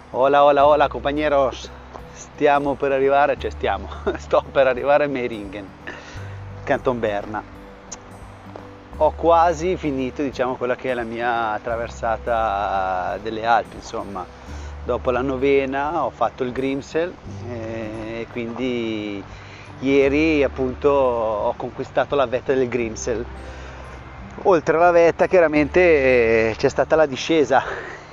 Hola, hola, hola compañeros, stiamo per arrivare, sto per arrivare a Meiringen, Canton Berna. Ho quasi finito, diciamo, quella che è la mia traversata delle Alpi, insomma. Dopo la novena ho fatto il Grimsel e quindi ieri appunto ho conquistato la vetta del Grimsel. Oltre alla vetta chiaramente c'è stata la discesa.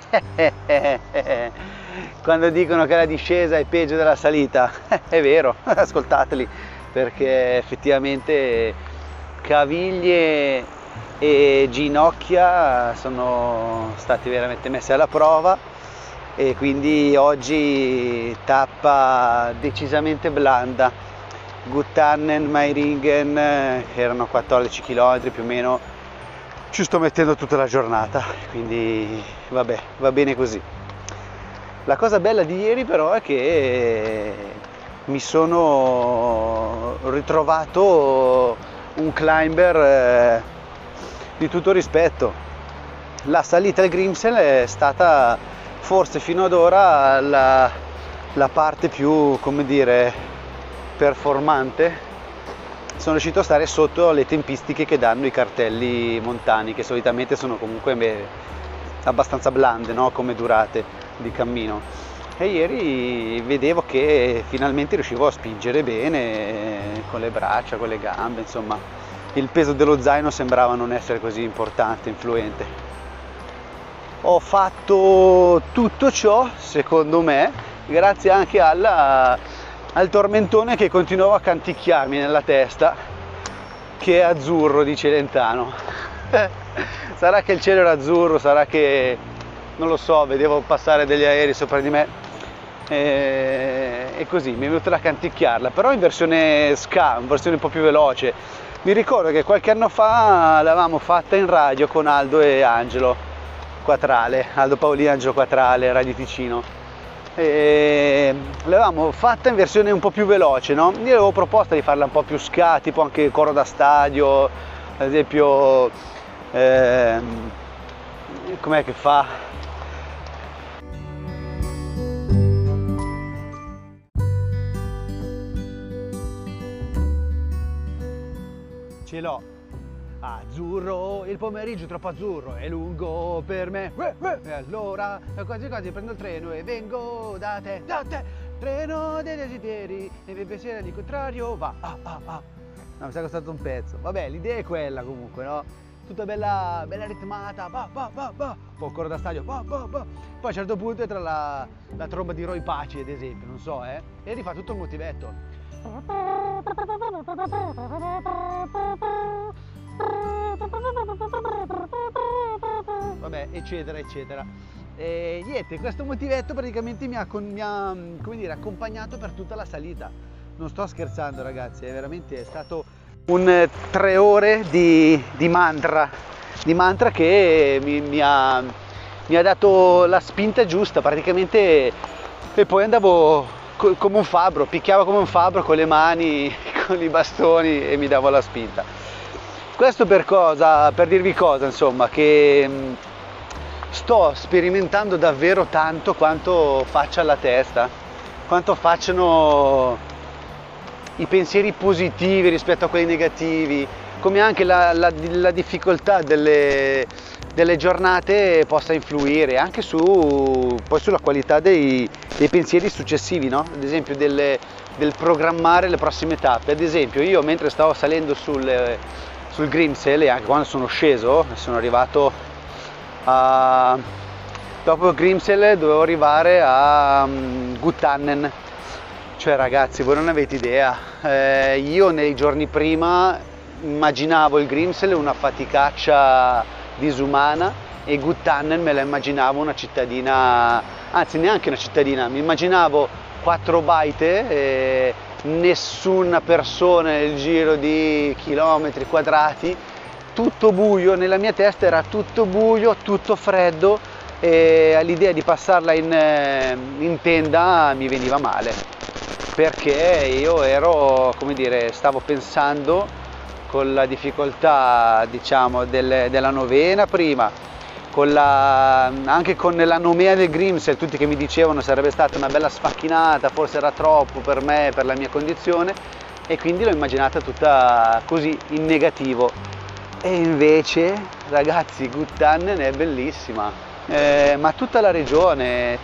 Quando dicono che la discesa è peggio della salita, è vero, ascoltateli, perché effettivamente caviglie e ginocchia sono stati veramente messi alla prova e quindi oggi tappa decisamente blanda. Guttannen, Meiringen, erano 14 km più o meno, ci sto mettendo tutta la giornata, quindi vabbè, va bene così. La cosa bella di ieri però è che mi sono ritrovato un climber di tutto rispetto. La salita al Grimsel è stata forse fino ad ora la parte più, come dire, performante. Sono riuscito a stare sotto le tempistiche che danno i cartelli montani, che solitamente sono comunque abbastanza blande, no? Come durate di cammino. E ieri vedevo che finalmente riuscivo a spingere bene con le braccia, con le gambe, insomma il peso dello zaino sembrava non essere così importante, influente. Ho fatto tutto ciò, secondo me, grazie anche al tormentone che continuava a canticchiarmi nella testa, che è azzurro di Celentano. Sarà che il cielo era azzurro, sarà che, non lo so, vedevo passare degli aerei sopra di me e così mi è venuto da canticchiarla, però in versione ska, in versione un po' più veloce. Mi ricordo che qualche anno fa l'avevamo fatta in radio con Aldo e Angelo Quattrale, Aldo Paolini e Angelo Quattrale, Radio Ticino. E l'avevamo fatta in versione un po' più veloce, no? Io avevo proposta di farla un po' più ska, tipo anche coro da stadio, ad esempio com'è che fa? Ce l'ho. Azzurro, il pomeriggio è troppo azzurro, è lungo per me. E allora quasi quasi prendo il treno e vengo da te. Treno dei desideri, e per pensiero di contrario va. No, mi sa che è stato un pezzo. Vabbè, l'idea è quella comunque, no? Tutta bella ritmata, poi coro da stadio, Poi a un certo punto entra la tromba di Roy Paci, ad esempio, non so, e rifà tutto il motivetto. Vabbè, eccetera eccetera. E niente, questo motivetto praticamente mi ha come dire, accompagnato per tutta la salita. Non sto scherzando, ragazzi, è veramente stato un 3 ore di mantra che mi ha dato la spinta giusta praticamente, e poi andavo come un fabbro, picchiavo come un fabbro con le mani, con i bastoni, e mi davo la spinta. Questo per cosa? Per dirvi cosa, insomma, che sto sperimentando davvero tanto quanto faccia la testa, quanto facciano i pensieri positivi rispetto a quelli negativi, come anche la difficoltà delle giornate possa influire anche poi sulla qualità dei pensieri successivi, no? Ad esempio del programmare le prossime tappe. Ad esempio io mentre stavo salendo sul Grimsel e anche quando sono sceso, sono arrivato dopo il Grimsel dovevo arrivare a Guttannen. Cioè ragazzi, voi non avete idea, io nei giorni prima immaginavo il Grimsel una faticaccia disumana e Guttannen me la immaginavo una cittadina, anzi neanche una cittadina, mi immaginavo 4 baite, nessuna persona nel giro di chilometri quadrati, tutto buio, nella mia testa era tutto buio, tutto freddo, e all'idea di passarla in tenda mi veniva male, perché io ero, come dire, stavo pensando con la difficoltà, diciamo, della novena prima, anche con la nomea del Grimsel, tutti che mi dicevano sarebbe stata una bella sfacchinata, forse era troppo per me, per la mia condizione, e quindi l'ho immaginata tutta così in negativo. E invece, ragazzi, Guttunnen è bellissima, ma tutta la regione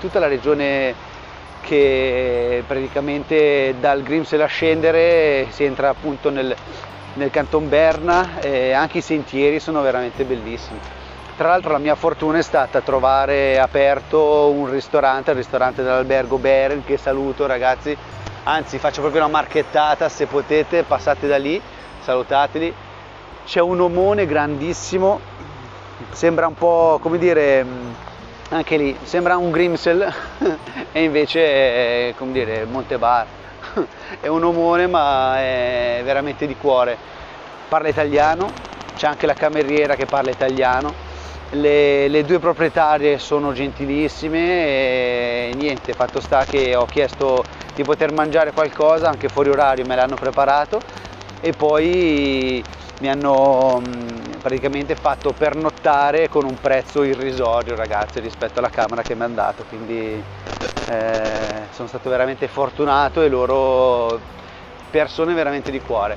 che praticamente dal Grimsel a scendere si entra appunto nel Canton Berna, e anche i sentieri sono veramente bellissimi. Tra l'altro la mia fortuna è stata trovare aperto un ristorante, il ristorante dell'albergo Beren, che saluto, ragazzi, anzi faccio proprio una marchettata, se potete passate da lì, salutateli. C'è un omone grandissimo, sembra un po', come dire, anche lì sembra un Grimsel e invece è, come dire, Montebar. È un omone, ma è veramente di cuore, parla italiano, c'è anche la cameriera che parla italiano, le due proprietarie sono gentilissime e niente, fatto sta che ho chiesto di poter mangiare qualcosa anche fuori orario, me l'hanno preparato e poi mi hanno praticamente fatto pernottare con un prezzo irrisorio, ragazzi, rispetto alla camera che mi hanno dato, quindi sono stato veramente fortunato, e loro persone veramente di cuore.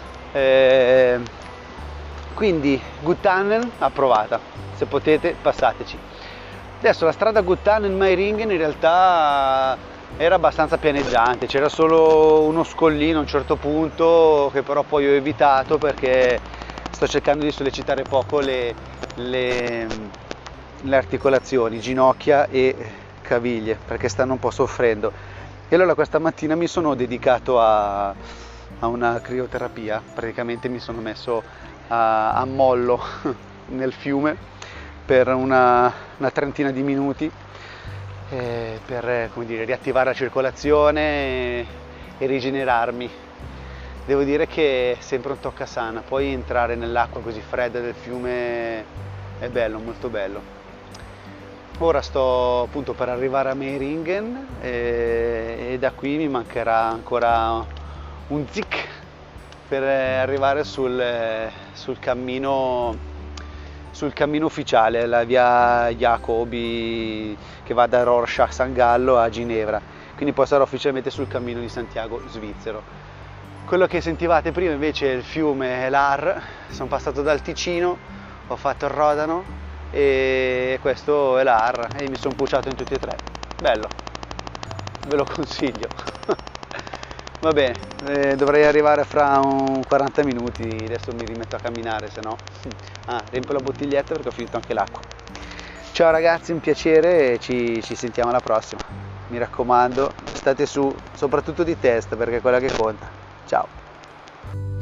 Quindi Guttunnen approvata, se potete passateci. Adesso la strada Guttunnen-Meiringen in realtà era abbastanza pianeggiante, c'era solo uno scollino a un certo punto che però poi ho evitato perché sto cercando di sollecitare poco le articolazioni, ginocchia e caviglie, perché stanno un po' soffrendo. E allora questa mattina mi sono dedicato a una crioterapia, praticamente mi sono messo a mollo nel fiume per una trentina di minuti per, come dire, riattivare la circolazione e rigenerarmi. Devo dire che è sempre un toccasana, poi entrare nell'acqua così fredda del fiume è bello, molto bello. Ora sto appunto per arrivare a Meiringen e da qui mi mancherà ancora un zic per arrivare sul cammino ufficiale, la via Jacobi che va da Rorschach San Gallo a Ginevra, quindi poi sarò ufficialmente sul cammino di Santiago svizzero. Quello che sentivate prima invece è il fiume l'Ar, sono passato dal Ticino, ho fatto il Rodano e questo è l'Ar e mi sono pucciato in tutti e tre, bello, ve lo consiglio. Va bene, dovrei arrivare fra un 40 minuti, adesso mi rimetto a camminare, se no riempio la bottiglietta perché ho finito anche l'acqua. Ciao ragazzi, un piacere e ci sentiamo alla prossima. Mi raccomando, state su, soprattutto di testa perché è quella che conta. Ciao!